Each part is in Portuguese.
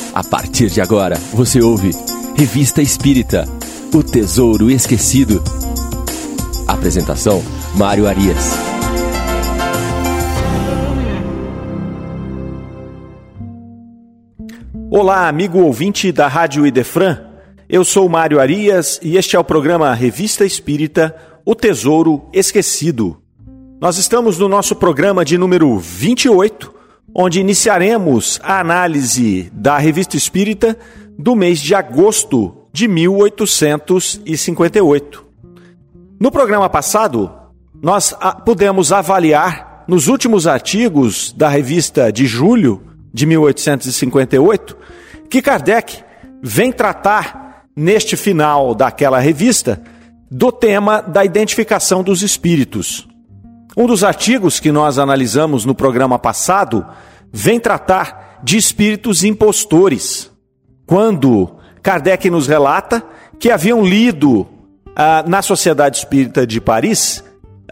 A partir de agora, você ouve Revista Espírita, O Tesouro Esquecido. Apresentação, Mário Arias. Olá, amigo ouvinte da Rádio Idefran. Eu sou Mário Arias e este é o programa Revista Espírita, O Tesouro Esquecido. Nós estamos no nosso programa de número 28, onde iniciaremos a análise da Revista Espírita do mês de agosto de 1858. No programa passado, nós pudemos avaliar nos últimos artigos da revista de julho de 1858 que Kardec vem tratar, neste final daquela revista, do tema da identificação dos espíritos. Um dos artigos que nós analisamos no programa passado vem tratar de espíritos impostores, quando Kardec nos relata que haviam lido na Sociedade Espírita de Paris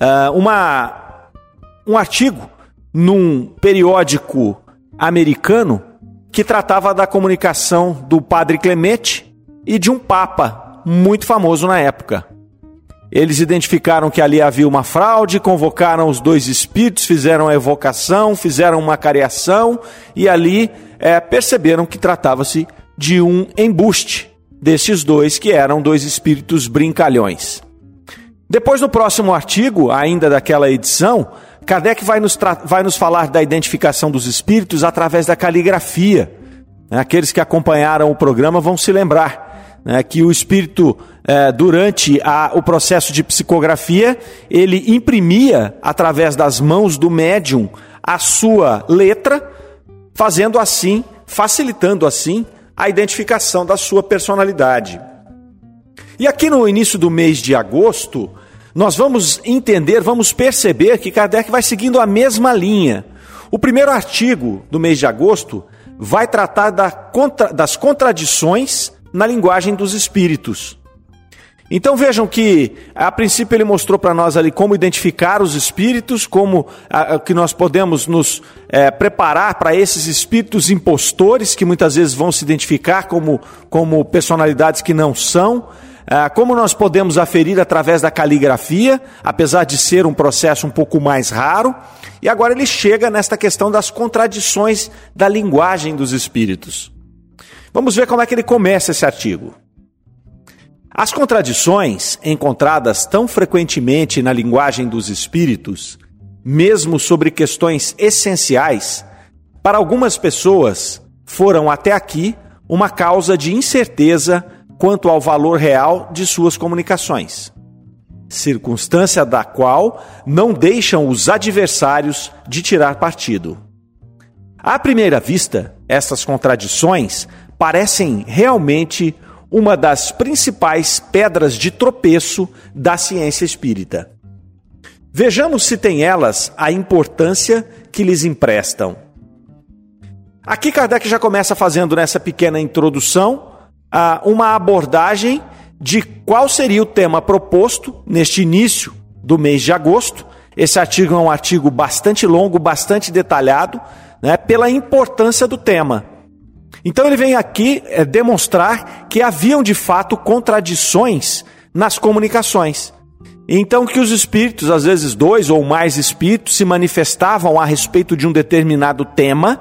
um artigo num periódico americano que tratava da comunicação do Padre Clemente e de um Papa muito famoso na época. Eles identificaram que ali havia uma fraude, convocaram os dois espíritos, fizeram a evocação, fizeram uma cariação e ali perceberam que tratava-se de um embuste desses dois, que eram dois espíritos brincalhões. Depois, no próximo artigo, ainda daquela edição, Kardec vai nos falar da identificação dos espíritos através da caligrafia. Aqueles que acompanharam o programa vão se lembrar que o espírito, durante o processo de psicografia, ele imprimia, através das mãos do médium, a sua letra, fazendo assim, facilitando assim, a identificação da sua personalidade. E aqui no início do mês de agosto, nós vamos perceber que Kardec vai seguindo a mesma linha. O primeiro artigo do mês de agosto vai tratar das contradições na linguagem dos espíritos. Então vejam que, a princípio, ele mostrou para nós ali como identificar os espíritos, como que nós podemos nos preparar para esses espíritos impostores, que muitas vezes vão se identificar como personalidades que não são, como nós podemos aferir através da caligrafia, apesar de ser um processo um pouco mais raro. E agora ele chega nesta questão das contradições da linguagem dos espíritos. Vamos ver como é que ele começa esse artigo. As contradições encontradas tão frequentemente na linguagem dos espíritos, mesmo sobre questões essenciais, para algumas pessoas foram até aqui uma causa de incerteza quanto ao valor real de suas comunicações, circunstância da qual não deixam os adversários de tirar partido. À primeira vista, essas contradições parecem realmente uma das principais pedras de tropeço da ciência espírita. Vejamos se tem elas a importância que lhes emprestam. Aqui Kardec já começa fazendo nessa pequena introdução uma abordagem de qual seria o tema proposto neste início do mês de agosto. Esse artigo é um artigo bastante longo, bastante detalhado, pela importância do tema. Então ele vem aqui demonstrar que haviam de fato contradições nas comunicações. Então que os espíritos, às vezes dois ou mais espíritos, se manifestavam a respeito de um determinado tema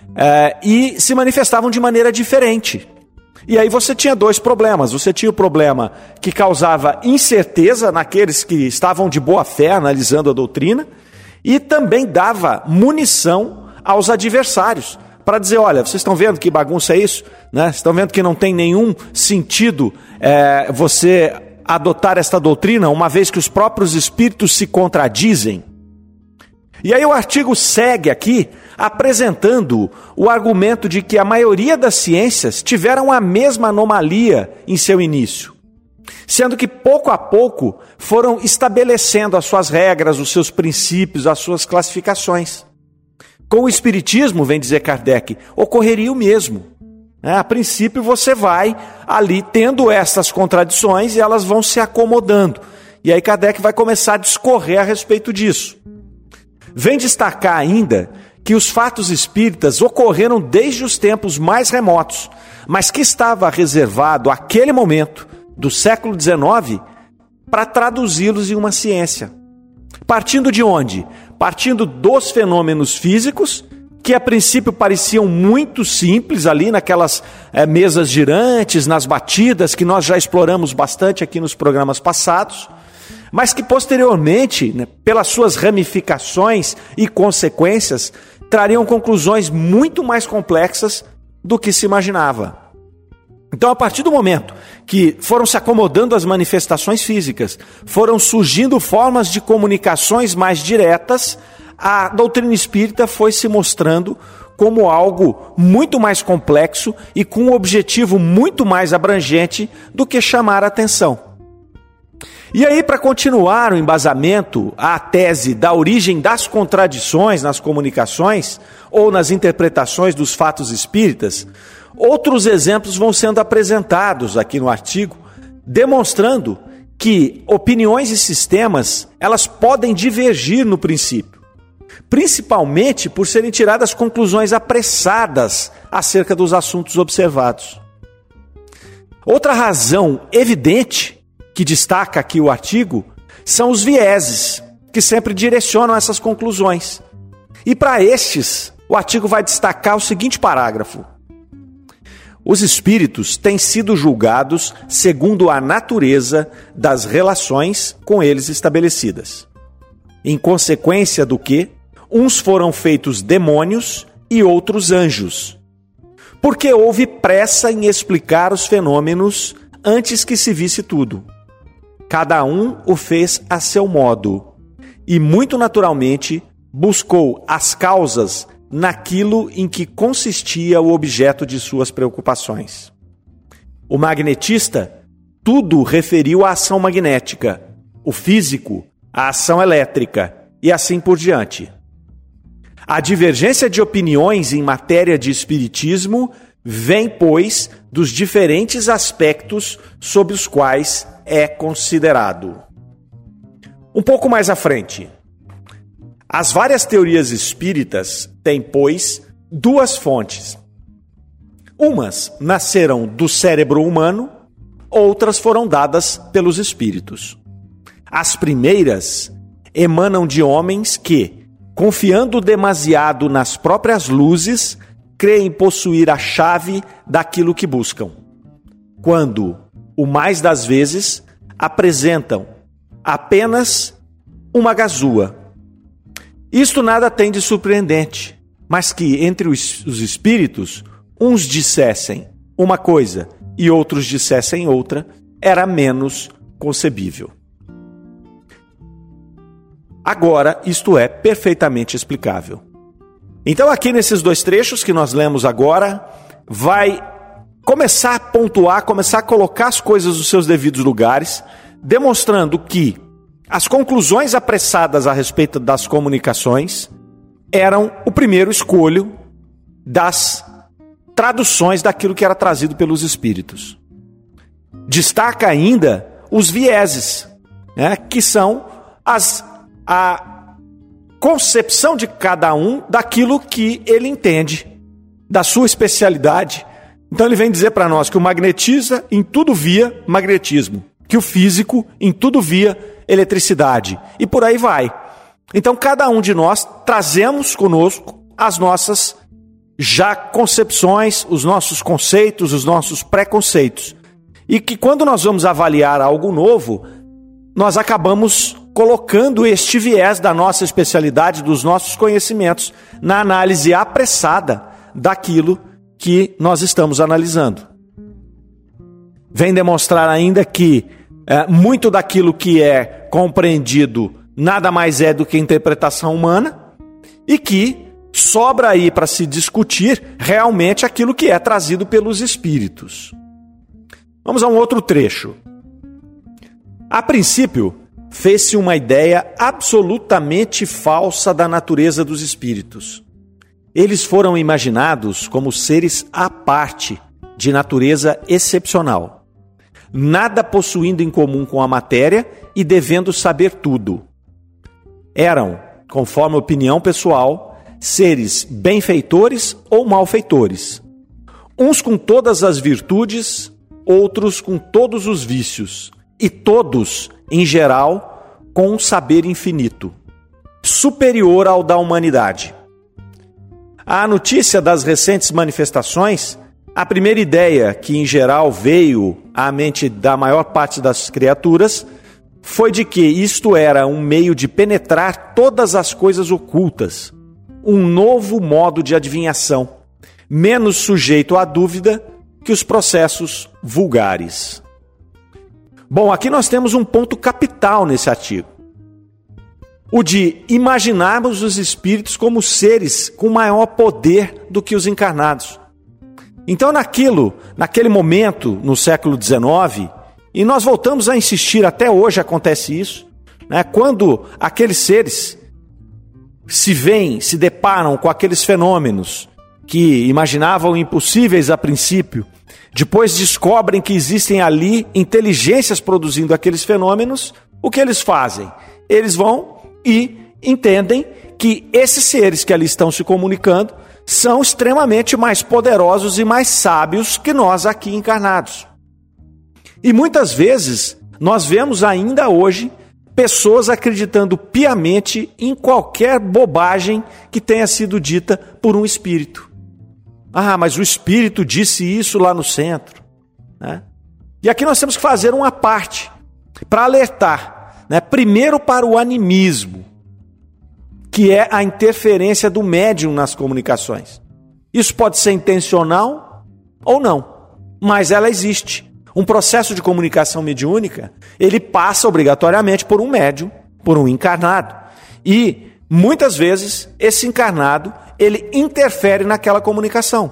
e se manifestavam de maneira diferente. E aí você tinha dois problemas. Você tinha o problema que causava incerteza naqueles que estavam de boa fé analisando a doutrina e também dava munição aos adversários para dizer, olha, vocês estão vendo que bagunça é isso? Vocês estão vendo que não tem nenhum sentido você adotar esta doutrina, uma vez que os próprios espíritos se contradizem? E aí o artigo segue aqui apresentando o argumento de que a maioria das ciências tiveram a mesma anomalia em seu início, sendo que pouco a pouco foram estabelecendo as suas regras, os seus princípios, as suas classificações. Com o Espiritismo, vem dizer Kardec, ocorreria o mesmo. A princípio você vai ali tendo essas contradições e elas vão se acomodando. E aí Kardec vai começar a discorrer a respeito disso. Vem destacar ainda que os fatos espíritas ocorreram desde os tempos mais remotos, mas que estava reservado àquele momento do século XIX para traduzi-los em uma ciência. Partindo de onde? Partindo dos fenômenos físicos, que a princípio pareciam muito simples ali naquelas mesas girantes, nas batidas, que nós já exploramos bastante aqui nos programas passados, mas que posteriormente, né, pelas suas ramificações e consequências, trariam conclusões muito mais complexas do que se imaginava. Então, a partir do momento que foram se acomodando as manifestações físicas, foram surgindo formas de comunicações mais diretas, a doutrina espírita foi se mostrando como algo muito mais complexo e com um objetivo muito mais abrangente do que chamar a atenção. E aí, para continuar o embasamento à tese da origem das contradições nas comunicações ou nas interpretações dos fatos espíritas, outros exemplos vão sendo apresentados aqui no artigo, demonstrando que opiniões e sistemas, elas podem divergir no princípio, principalmente por serem tiradas conclusões apressadas acerca dos assuntos observados. Outra razão evidente que destaca aqui o artigo são os vieses, que sempre direcionam essas conclusões. E para estes, o artigo vai destacar o seguinte parágrafo: os espíritos têm sido julgados segundo a natureza das relações com eles estabelecidas, em consequência do que uns foram feitos demônios e outros anjos, porque houve pressa em explicar os fenômenos antes que se visse tudo. Cada um o fez a seu modo e, muito naturalmente, buscou as causas naquilo em que consistia o objeto de suas preocupações. O magnetista tudo referiu à ação magnética, o físico à ação elétrica e assim por diante. A divergência de opiniões em matéria de espiritismo vem, pois, dos diferentes aspectos sob os quais é considerado. Um pouco mais à frente. As várias teorias espíritas têm, pois, duas fontes. Umas nasceram do cérebro humano, outras foram dadas pelos espíritos. As primeiras emanam de homens que, confiando demasiado nas próprias luzes, creem possuir a chave daquilo que buscam, quando, o mais das vezes, apresentam apenas uma gazua. Isto nada tem de surpreendente, mas que entre os espíritos, uns dissessem uma coisa e outros dissessem outra, era menos concebível. Agora, isto é perfeitamente explicável. Então, aqui nesses dois trechos que nós lemos agora, vai começar a pontuar, começar a colocar as coisas nos seus devidos lugares, demonstrando que as conclusões apressadas a respeito das comunicações eram o primeiro escolho das traduções daquilo que era trazido pelos espíritos. Destaca ainda os vieses, né, que são a concepção de cada um daquilo que ele entende, da sua especialidade. Então ele vem dizer para nós que o magnetista em tudo via magnetismo, que o físico em tudo via eletricidade, e por aí vai. Então cada um de nós trazemos conosco as nossas já concepções, os nossos conceitos, os nossos preconceitos. E que quando nós vamos avaliar algo novo, nós acabamos colocando este viés da nossa especialidade, dos nossos conhecimentos, na análise apressada daquilo que nós estamos analisando. Vem demonstrar ainda que muito daquilo que é compreendido nada mais é do que interpretação humana e que sobra aí para se discutir realmente aquilo que é trazido pelos espíritos. Vamos a um outro trecho. A princípio, fez-se uma ideia absolutamente falsa da natureza dos espíritos. Eles foram imaginados como seres à parte, de natureza excepcional, nada possuindo em comum com a matéria e devendo saber tudo. Eram, conforme a opinião pessoal, seres benfeitores ou malfeitores, uns com todas as virtudes, outros com todos os vícios, e todos, em geral, com um saber infinito, superior ao da humanidade. À notícia das recentes manifestações, a primeira ideia que, em geral, veio à mente da maior parte das criaturas foi de que isto era um meio de penetrar todas as coisas ocultas, um novo modo de adivinhação, menos sujeito à dúvida que os processos vulgares. Bom, aqui nós temos um ponto capital nesse artigo. O de imaginarmos os espíritos como seres com maior poder do que os encarnados. Então, naquele momento, no século XIX, e nós voltamos a insistir, até hoje acontece isso, né? Quando aqueles seres se deparam com aqueles fenômenos que imaginavam impossíveis a princípio, depois descobrem que existem ali inteligências produzindo aqueles fenômenos, o que eles fazem? Eles vão e entendem que esses seres que ali estão se comunicando são extremamente mais poderosos e mais sábios que nós aqui encarnados. E muitas vezes nós vemos ainda hoje pessoas acreditando piamente em qualquer bobagem que tenha sido dita por um espírito. Ah, mas o espírito disse isso lá no centro, né? E aqui nós temos que fazer uma parte para alertar, né? Primeiro para o animismo, que é a interferência do médium nas comunicações. Isso pode ser intencional ou não, mas ela existe. Um processo de comunicação mediúnica, ele passa obrigatoriamente por um médium, por um encarnado. E, muitas vezes, esse encarnado, ele interfere naquela comunicação.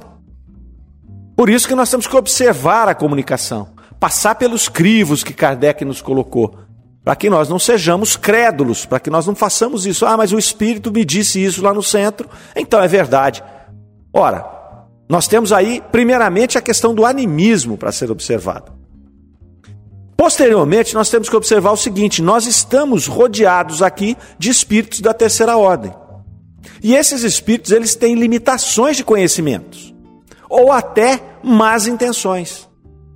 Por isso que nós temos que observar a comunicação, passar pelos crivos que Kardec nos colocou, para que nós não sejamos crédulos, para que nós não façamos isso. Ah, mas o espírito me disse isso lá no centro, então é verdade. Ora, nós temos aí, primeiramente, a questão do animismo para ser observado. Posteriormente, nós temos que observar o seguinte: nós estamos rodeados aqui de espíritos da terceira ordem. E esses espíritos, eles têm limitações de conhecimentos, ou até más intenções.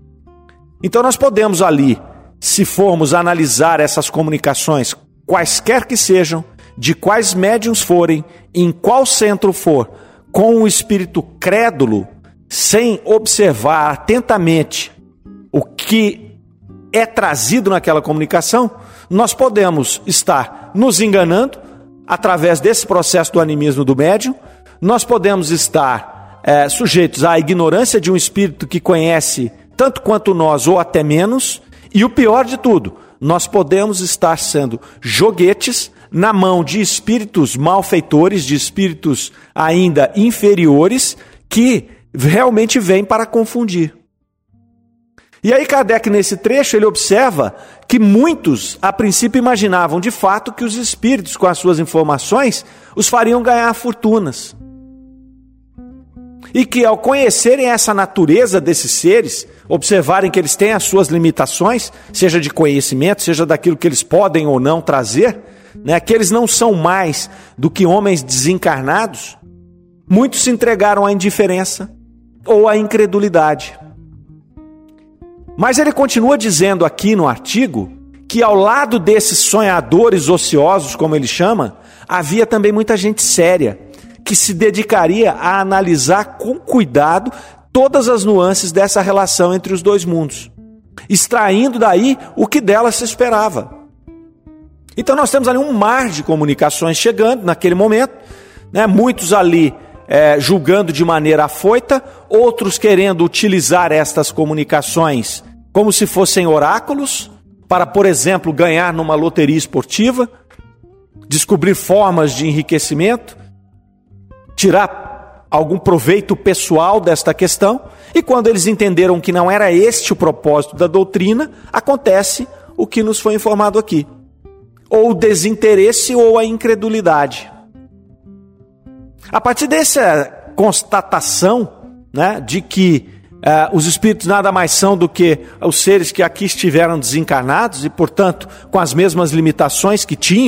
Então nós podemos ali, se formos analisar essas comunicações, quaisquer que sejam, de quais médiuns forem, em qual centro for, com um espírito crédulo, sem observar atentamente o que é trazido naquela comunicação, nós podemos estar nos enganando através desse processo do animismo do médium, nós podemos estar sujeitos à ignorância de um espírito que conhece tanto quanto nós ou até menos, e o pior de tudo, nós podemos estar sendo joguetes na mão de espíritos malfeitores, de espíritos ainda inferiores, que realmente vêm para confundir. E aí Kardec, nesse trecho, ele observa que muitos, a princípio, imaginavam de fato que os espíritos, com as suas informações, os fariam ganhar fortunas. E que ao conhecerem essa natureza desses seres, observarem que eles têm as suas limitações, seja de conhecimento, seja daquilo que eles podem ou não trazer, né, que eles não são mais do que homens desencarnados, muitos se entregaram à indiferença ou à incredulidade. Mas ele continua dizendo aqui no artigo que ao lado desses sonhadores ociosos, como ele chama, havia também muita gente séria, que se dedicaria a analisar com cuidado todas as nuances dessa relação entre os dois mundos, extraindo daí o que dela se esperava. Então nós temos ali um mar de comunicações chegando naquele momento, né? Muitos ali julgando de maneira afoita, outros querendo utilizar estas comunicações como se fossem oráculos, para, por exemplo, ganhar numa loteria esportiva, descobrir formas de enriquecimento, tirar algum proveito pessoal desta questão, e quando eles entenderam que não era este o propósito da doutrina, acontece o que nos foi informado aqui. Ou o desinteresse ou a incredulidade. A partir dessa constatação, né, de que os espíritos nada mais são do que os seres que aqui estiveram desencarnados e, portanto, com as mesmas limitações que tinham,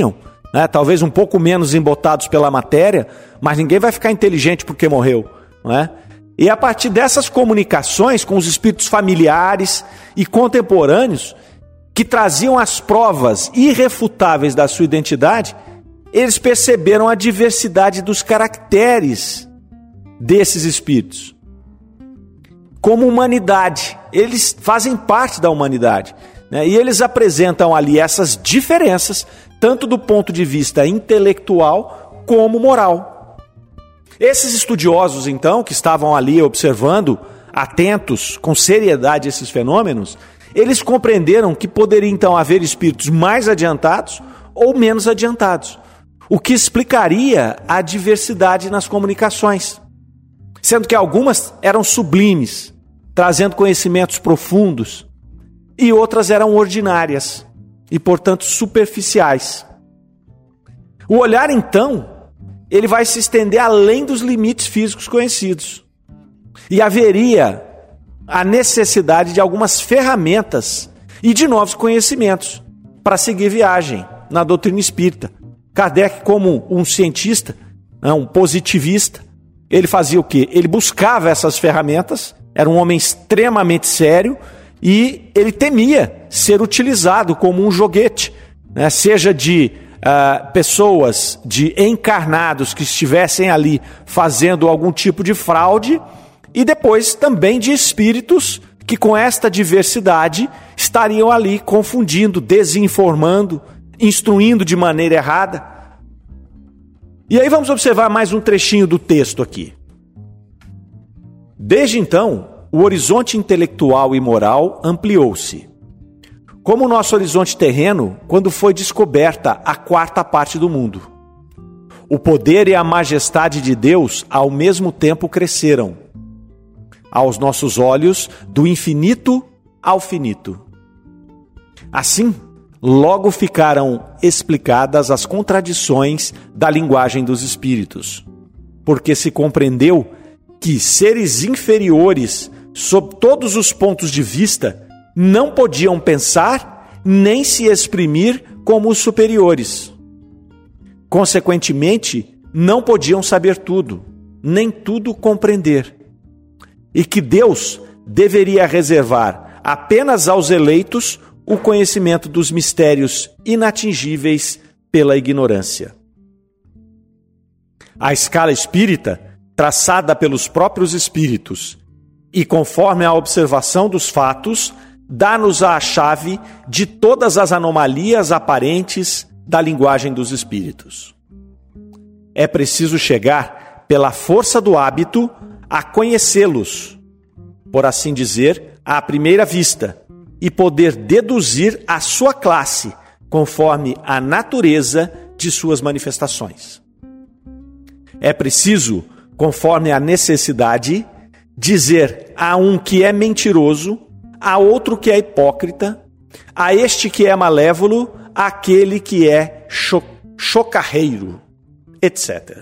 né? Talvez um pouco menos embotados pela matéria, mas ninguém vai ficar inteligente porque morreu, não é? E a partir dessas comunicações com os espíritos familiares e contemporâneos, que traziam as provas irrefutáveis da sua identidade, eles perceberam a diversidade dos caracteres desses espíritos. Como humanidade, eles fazem parte da humanidade, né? E eles apresentam ali essas diferenças, tanto do ponto de vista intelectual como moral. Esses estudiosos, então, que estavam ali observando, atentos, com seriedade esses fenômenos, eles compreenderam que poderia então haver espíritos mais adiantados ou menos adiantados, o que explicaria a diversidade nas comunicações, sendo que algumas eram sublimes, trazendo conhecimentos profundos, e outras eram ordinárias e, portanto, superficiais. O olhar, então, ele vai se estender além dos limites físicos conhecidos, e haveria a necessidade de algumas ferramentas e de novos conhecimentos para seguir viagem na doutrina espírita. Kardec, como um cientista, um positivista, ele fazia o quê? Ele buscava essas ferramentas, era um homem extremamente sério e ele temia ser utilizado como um joguete, né? Seja de pessoas, de encarnados que estivessem ali fazendo algum tipo de fraude, e depois também de espíritos que com esta diversidade estariam ali confundindo, desinformando, instruindo de maneira errada. E aí vamos observar mais um trechinho do texto aqui. Desde então, o horizonte intelectual e moral ampliou-se, como o nosso horizonte terreno quando foi descoberta a quarta parte do mundo. O poder e a majestade de Deus ao mesmo tempo cresceram, aos nossos olhos, do infinito ao finito. Assim, logo ficaram explicadas as contradições da linguagem dos espíritos, porque se compreendeu que seres inferiores, sob todos os pontos de vista, não podiam pensar nem se exprimir como os superiores. Consequentemente, não podiam saber tudo, nem tudo compreender, e que Deus deveria reservar apenas aos eleitos o conhecimento dos mistérios inatingíveis pela ignorância. A escala espírita, traçada pelos próprios espíritos e conforme a observação dos fatos, dá-nos a chave de todas as anomalias aparentes da linguagem dos espíritos. É preciso chegar, pela força do hábito, a conhecê-los, por assim dizer, à primeira vista, e poder deduzir a sua classe, conforme a natureza de suas manifestações. É preciso, conforme a necessidade, dizer a um que é mentiroso, a outro que é hipócrita, a este que é malévolo, àquele que é chocarreiro, etc.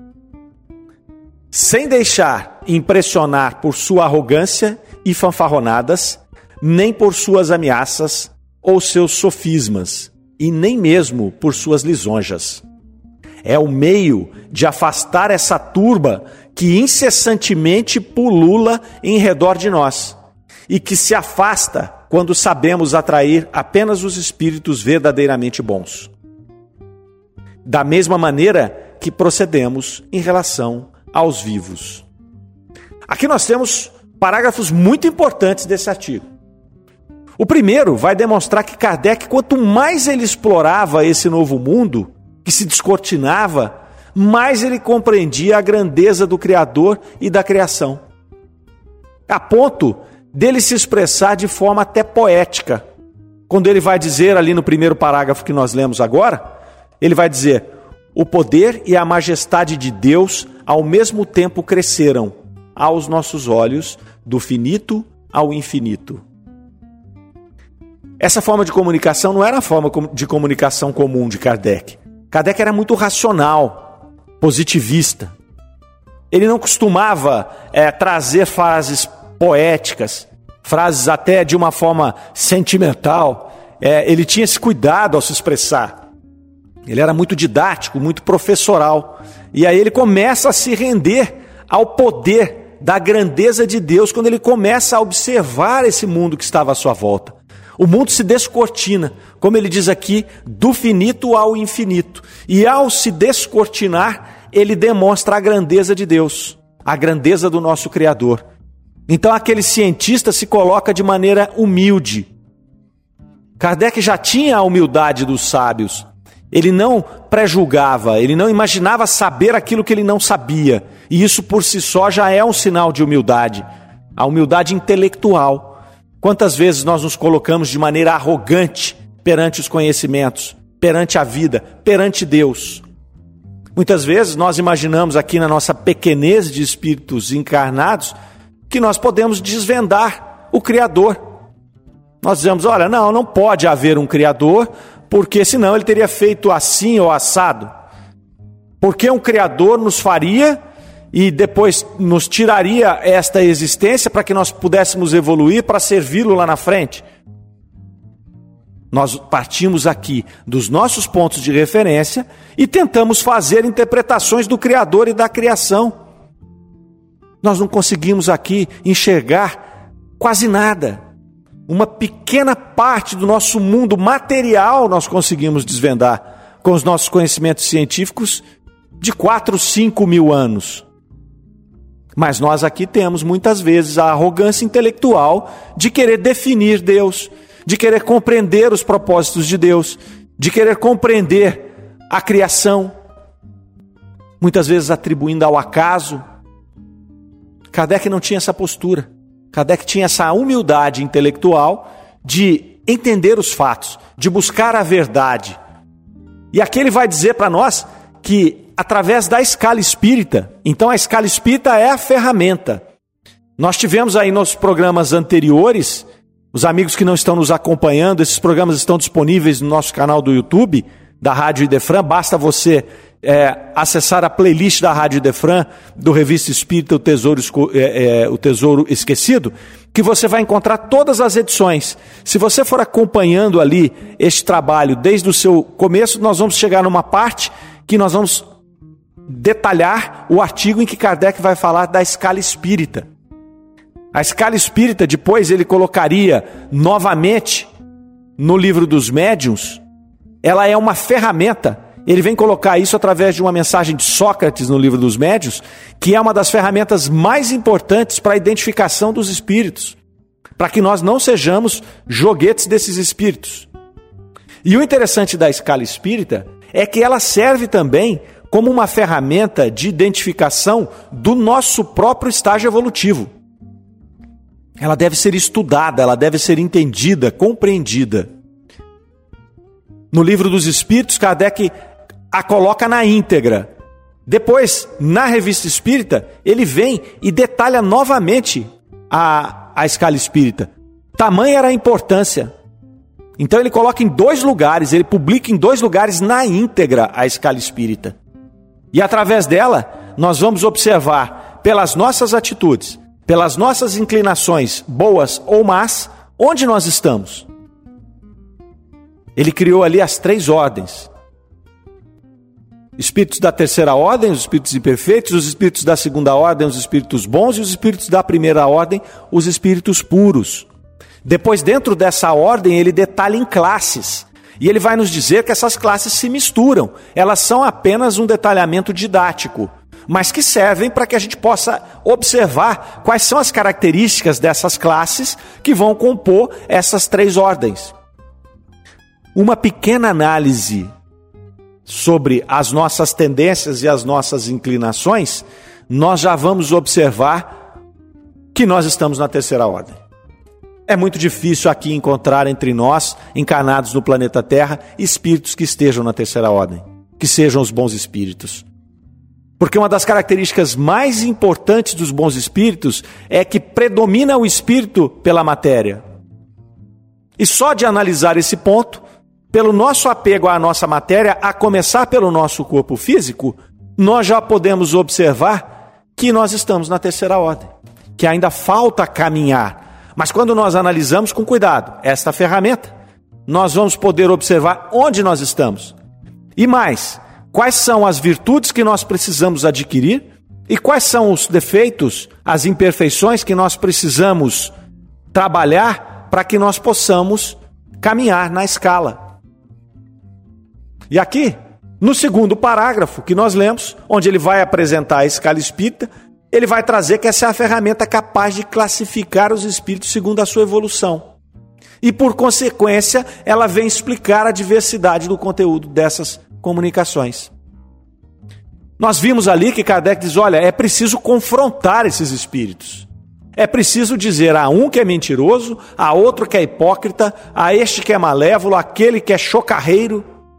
Sem deixar impressionar por sua arrogância e fanfarronadas, nem por suas ameaças ou seus sofismas, e nem mesmo por suas lisonjas. É o meio de afastar essa turba que incessantemente pulula em redor de nós, e que se afasta quando sabemos atrair apenas os espíritos verdadeiramente bons. Da mesma maneira que procedemos em relação aos vivos. Aqui nós temos parágrafos muito importantes desse artigo. O primeiro vai demonstrar que Kardec, quanto mais ele explorava esse novo mundo, que se descortinava, mais ele compreendia a grandeza do Criador e da criação, a ponto dele se expressar de forma até poética. Quando ele vai dizer ali no primeiro parágrafo que nós lemos agora, ele vai dizer: o poder e a majestade de Deus ao mesmo tempo cresceram aos nossos olhos, do finito ao infinito. Essa forma de comunicação não era a forma de comunicação comum de Kardec. Kardec era muito racional, positivista. Ele não costumava trazer frases poéticas, frases até de uma forma sentimental. Ele tinha esse cuidado ao se expressar. Ele era muito didático, muito professoral. E aí ele começa a se render ao poder da grandeza de Deus quando ele começa a observar esse mundo que estava à sua volta. O mundo se descortina, como ele diz aqui, do finito ao infinito. E ao se descortinar, ele demonstra a grandeza de Deus, a grandeza do nosso Criador. Então aquele cientista se coloca de maneira humilde. Kardec já tinha a humildade dos sábios. Ele não pré-julgava, ele não imaginava saber aquilo que ele não sabia. E isso por si só já é um sinal de humildade. A humildade intelectual. Quantas vezes nós nos colocamos de maneira arrogante perante os conhecimentos, perante a vida, perante Deus? Muitas vezes nós imaginamos aqui na nossa pequenez de espíritos encarnados que nós podemos desvendar o Criador. Nós dizemos, olha, não pode haver um Criador, porque senão ele teria feito assim ou assado. Porque um Criador nos faria e depois nos tiraria esta existência para que nós pudéssemos evoluir para servi-lo lá na frente. Nós partimos aqui dos nossos pontos de referência e tentamos fazer interpretações do Criador e da criação. Nós não conseguimos aqui enxergar quase nada. Uma pequena parte do nosso mundo material nós conseguimos desvendar com os nossos conhecimentos científicos de 4, 5 mil anos. Mas nós aqui temos muitas vezes a arrogância intelectual de querer definir Deus, de querer compreender os propósitos de Deus, de querer compreender a criação, muitas vezes atribuindo ao acaso. Kardec não tinha essa postura. Kardec tinha essa humildade intelectual de entender os fatos, de buscar a verdade. E aqui ele vai dizer para nós que através da escala espírita, então a escala espírita é a ferramenta. Nós tivemos aí nos programas anteriores, os amigos que não estão nos acompanhando, esses programas estão disponíveis no nosso canal do YouTube, da Rádio Idefran, basta você acessar a playlist da Rádio Idefran, do Revista Espírita, o Tesouro Esquecido, que você vai encontrar todas as edições. Se você for acompanhando ali este trabalho desde o seu começo, nós vamos chegar numa parte que nós vamos detalhar o artigo em que Kardec vai falar da escala espírita. A escala espírita, depois ele colocaria novamente no Livro dos Médiuns, ela é uma ferramenta. Ele vem colocar isso através de uma mensagem de Sócrates no Livro dos Médiuns, que é uma das ferramentas mais importantes para a identificação dos espíritos, para que nós não sejamos joguetes desses espíritos. E o interessante da escala espírita é que ela serve também como uma ferramenta de identificação do nosso próprio estágio evolutivo. Ela deve ser estudada, ela deve ser entendida, compreendida. No Livro dos Espíritos, Kardec a coloca na íntegra. Depois, na Revista Espírita, ele vem e detalha novamente a escala espírita. Tamanha era a importância. Então ele coloca em 2 lugares, ele publica em 2 lugares na íntegra a escala espírita. E através dela, nós vamos observar pelas nossas atitudes, pelas nossas inclinações, boas ou más, onde nós estamos. Ele criou ali as 3 ordens. Espíritos da terceira ordem, os espíritos imperfeitos, os espíritos da segunda ordem, os espíritos bons, e os espíritos da primeira ordem, os espíritos puros. Depois, dentro dessa ordem, ele detalha em classes. E ele vai nos dizer que essas classes se misturam. Elas são apenas um detalhamento didático, mas que servem para que a gente possa observar quais são as características dessas classes que vão compor essas 3 ordens. Uma pequena análise sobre as nossas tendências e as nossas inclinações, nós já vamos observar que nós estamos na terceira ordem. É muito difícil aqui encontrar entre nós, encarnados no planeta Terra, espíritos que estejam na terceira ordem, que sejam os bons espíritos. Porque uma das características mais importantes dos bons espíritos é que predomina o espírito pela matéria. E só de analisar esse ponto, pelo nosso apego à nossa matéria, a começar pelo nosso corpo físico, nós já podemos observar que nós estamos na terceira ordem, que ainda falta caminhar. Mas quando nós analisamos com cuidado esta ferramenta, nós vamos poder observar onde nós estamos. E mais, quais são as virtudes que nós precisamos adquirir e quais são os defeitos, as imperfeições que nós precisamos trabalhar para que nós possamos caminhar na escala. E aqui, no segundo parágrafo que nós lemos, onde ele vai apresentar a escala espírita, ele vai trazer que essa é a ferramenta capaz de classificar os espíritos segundo a sua evolução. E, por consequência, ela vem explicar a diversidade do conteúdo dessas comunicações. Nós vimos ali que Kardec diz, olha, é preciso confrontar esses espíritos. É preciso dizer a um que é mentiroso, a outro que é hipócrita, a este que é malévolo, aquele que é chocarreiro.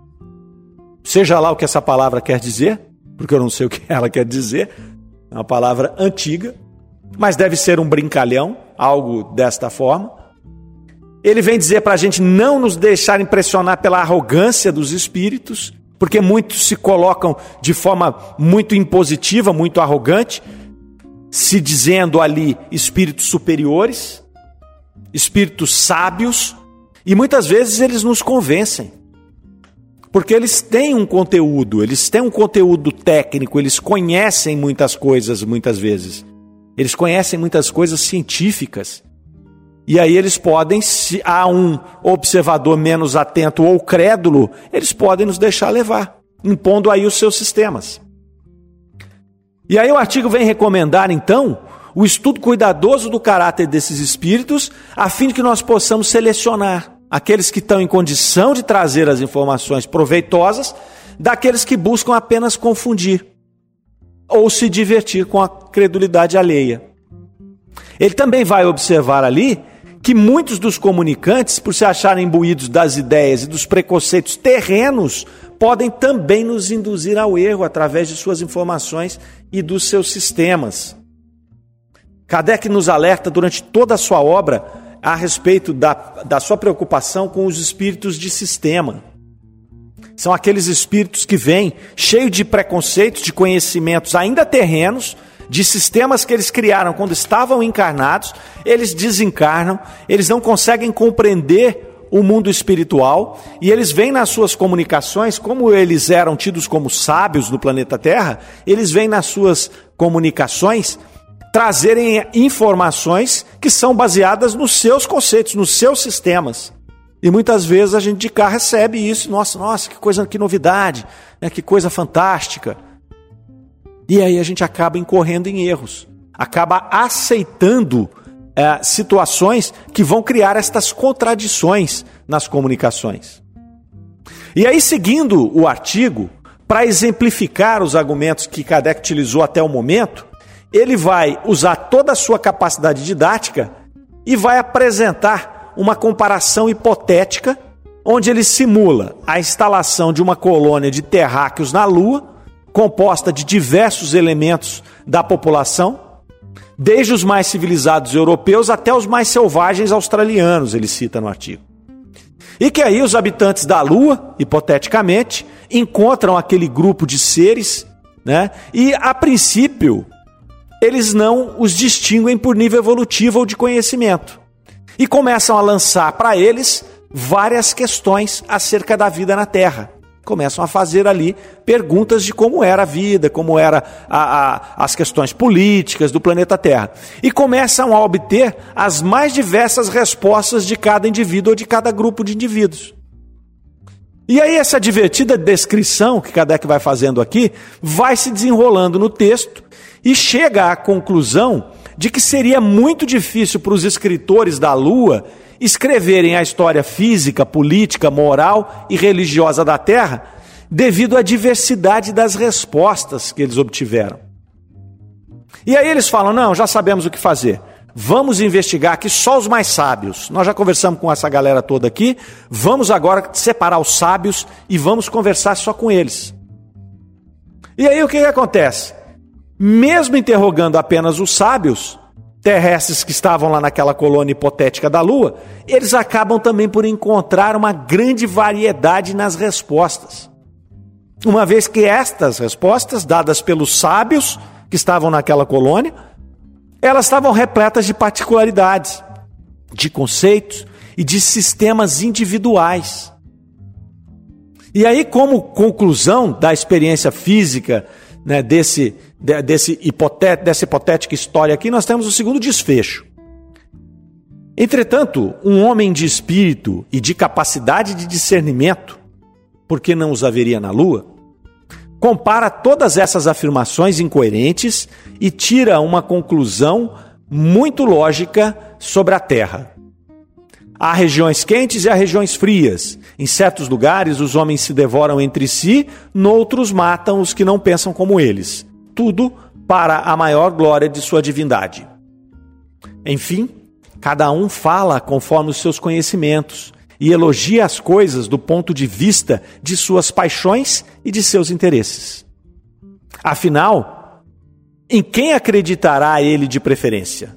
Seja lá o que essa palavra quer dizer, porque eu não sei o que ela quer dizer. É uma palavra antiga, mas deve ser um brincalhão, algo desta forma. Ele vem dizer para a gente não nos deixar impressionar pela arrogância dos espíritos, porque muitos se colocam de forma muito impositiva, muito arrogante, se dizendo ali espíritos superiores, espíritos sábios, e muitas vezes eles nos convencem, porque eles têm um conteúdo técnico, eles conhecem muitas coisas muitas vezes, eles conhecem muitas coisas científicas, e aí eles podem, se há um observador menos atento ou crédulo, eles podem nos deixar levar, impondo aí os seus sistemas. E aí o artigo vem recomendar, então, o estudo cuidadoso do caráter desses espíritos, a fim de que nós possamos selecionar aqueles que estão em condição de trazer as informações proveitosas, daqueles que buscam apenas confundir ou se divertir com a credulidade alheia. Ele também vai observar ali que muitos dos comunicantes, por se acharem imbuídos das ideias e dos preconceitos terrenos, podem também nos induzir ao erro através de suas informações e dos seus sistemas. Kardec nos alerta durante toda a sua obra a respeito da sua preocupação com os espíritos de sistema. São aqueles espíritos que vêm cheios de preconceitos, de conhecimentos ainda terrenos, de sistemas que eles criaram quando estavam encarnados, eles desencarnam, eles não conseguem compreender o mundo espiritual, e eles vêm nas suas comunicações, como eles eram tidos como sábios do planeta Terra, eles vêm nas suas comunicações trazerem informações que são baseadas nos seus conceitos, nos seus sistemas. E muitas vezes a gente de cá recebe isso, nossa, que coisa, que novidade, né? Que coisa fantástica. E aí a gente acaba incorrendo em erros, acaba aceitando situações que vão criar estas contradições nas comunicações. E aí, seguindo o artigo, para exemplificar os argumentos que Kardec utilizou até o momento, ele vai usar toda a sua capacidade didática e vai apresentar uma comparação hipotética, onde ele simula a instalação de uma colônia de terráqueos na Lua, composta de diversos elementos da população, desde os mais civilizados europeus até os mais selvagens australianos, ele cita no artigo. E que aí os habitantes da Lua, hipoteticamente, encontram aquele grupo de seres, né? E, a princípio, eles não os distinguem por nível evolutivo ou de conhecimento. E começam a lançar para eles várias questões acerca da vida na Terra. Começam a fazer ali perguntas de como era a vida, como eram as questões políticas do planeta Terra. E começam a obter as mais diversas respostas de cada indivíduo ou de cada grupo de indivíduos. E aí essa divertida descrição que Kardec vai fazendo aqui, vai se desenrolando no texto e chega à conclusão de que seria muito difícil para os escritores da Lua escreverem a história física, política, moral e religiosa da Terra, devido à diversidade das respostas que eles obtiveram. E aí eles falam, não, já sabemos o que fazer. Vamos investigar aqui só os mais sábios. Nós já conversamos com essa galera toda aqui, vamos agora separar os sábios e vamos conversar só com eles. E aí o que acontece? Mesmo interrogando apenas os sábios terrestres que estavam lá naquela colônia hipotética da Lua, eles acabam também por encontrar uma grande variedade nas respostas. Uma vez que estas respostas, dadas pelos sábios que estavam naquela colônia, elas estavam repletas de particularidades, de conceitos e de sistemas individuais. E aí, como conclusão da experiência física, né, dessa hipotética história aqui, nós temos o segundo desfecho. Entretanto, um homem de espírito e de capacidade de discernimento, porque não os haveria na Lua, compara todas essas afirmações incoerentes e tira uma conclusão muito lógica sobre a Terra. Há regiões quentes e há regiões frias. Em certos lugares, os homens se devoram entre si, noutros matam os que não pensam como eles. Tudo para a maior glória de sua divindade. Enfim, cada um fala conforme os seus conhecimentos e elogia as coisas do ponto de vista de suas paixões e de seus interesses. Afinal, em quem acreditará ele de preferência?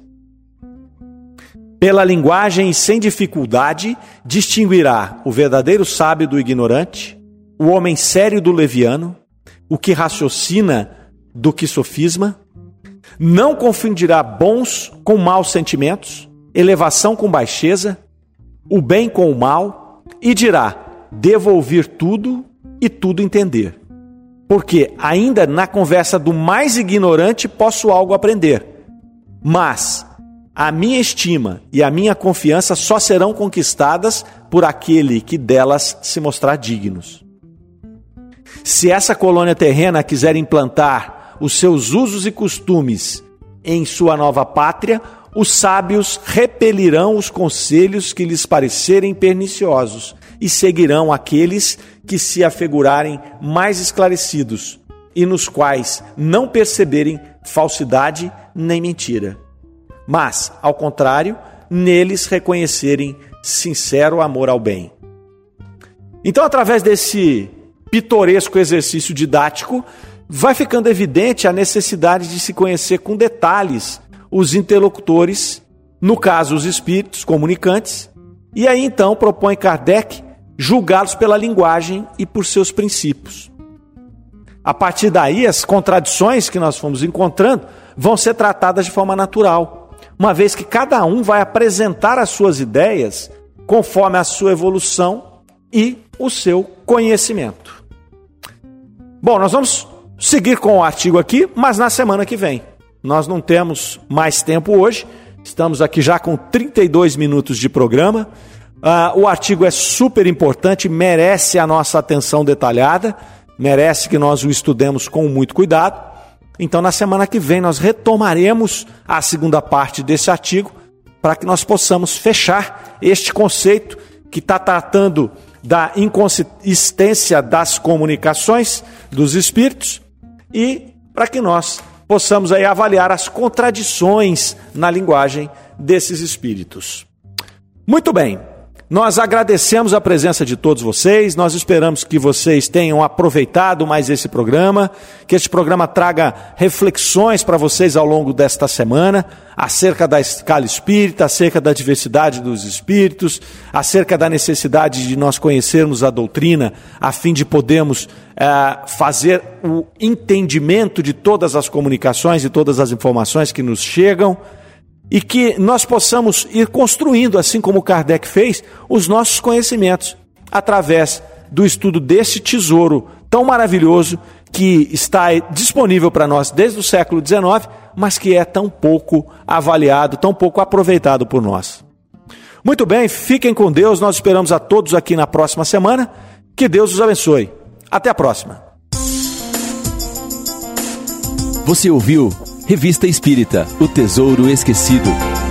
Pela linguagem e sem dificuldade, distinguirá o verdadeiro sábio do ignorante, o homem sério do leviano, o que raciocina do que sofisma, não confundirá bons com maus sentimentos, elevação com baixeza, o bem com o mal, e dirá: devo ouvir tudo e tudo entender. Porque ainda na conversa do mais ignorante posso algo aprender, mas a minha estima e a minha confiança só serão conquistadas por aquele que delas se mostrar dignos. Se essa colônia terrena quiser implantar os seus usos e costumes em sua nova pátria, os sábios repelirão os conselhos que lhes parecerem perniciosos e seguirão aqueles que se afigurarem mais esclarecidos e nos quais não perceberem falsidade nem mentira. Mas, ao contrário, neles reconhecerem sincero amor ao bem. Então, através desse pitoresco exercício didático, vai ficando evidente a necessidade de se conhecer com detalhes os interlocutores, no caso os espíritos comunicantes, e aí então propõe Kardec julgá-los pela linguagem e por seus princípios. A partir daí, as contradições que nós fomos encontrando vão ser tratadas de forma natural, uma vez que cada um vai apresentar as suas ideias conforme a sua evolução e o seu conhecimento. Bom, nós vamos seguir com o artigo aqui, mas na semana que vem. Nós não temos mais tempo hoje, estamos aqui já com 32 minutos de programa. O artigo é super importante, merece a nossa atenção detalhada, merece que nós o estudemos com muito cuidado. Então, na semana que vem, nós retomaremos a segunda parte desse artigo para que nós possamos fechar este conceito que está tratando da inconsistência das comunicações dos espíritos e para que nós possamos aí avaliar as contradições na linguagem desses espíritos. Muito bem. Nós agradecemos a presença de todos vocês, nós esperamos que vocês tenham aproveitado mais esse programa, que este programa traga reflexões para vocês ao longo desta semana, acerca da escala espírita, acerca da diversidade dos espíritos, acerca da necessidade de nós conhecermos a doutrina, a fim de podermos fazer o entendimento de todas as comunicações e todas as informações que nos chegam, e que nós possamos ir construindo, assim como Kardec fez, os nossos conhecimentos, através do estudo desse tesouro tão maravilhoso que está disponível para nós desde o século XIX, mas que é tão pouco avaliado, tão pouco aproveitado por nós. Muito bem, fiquem com Deus, nós esperamos a todos aqui na próxima semana, que Deus os abençoe. Até a próxima. Você ouviu Revista Espírita, O Tesouro Esquecido.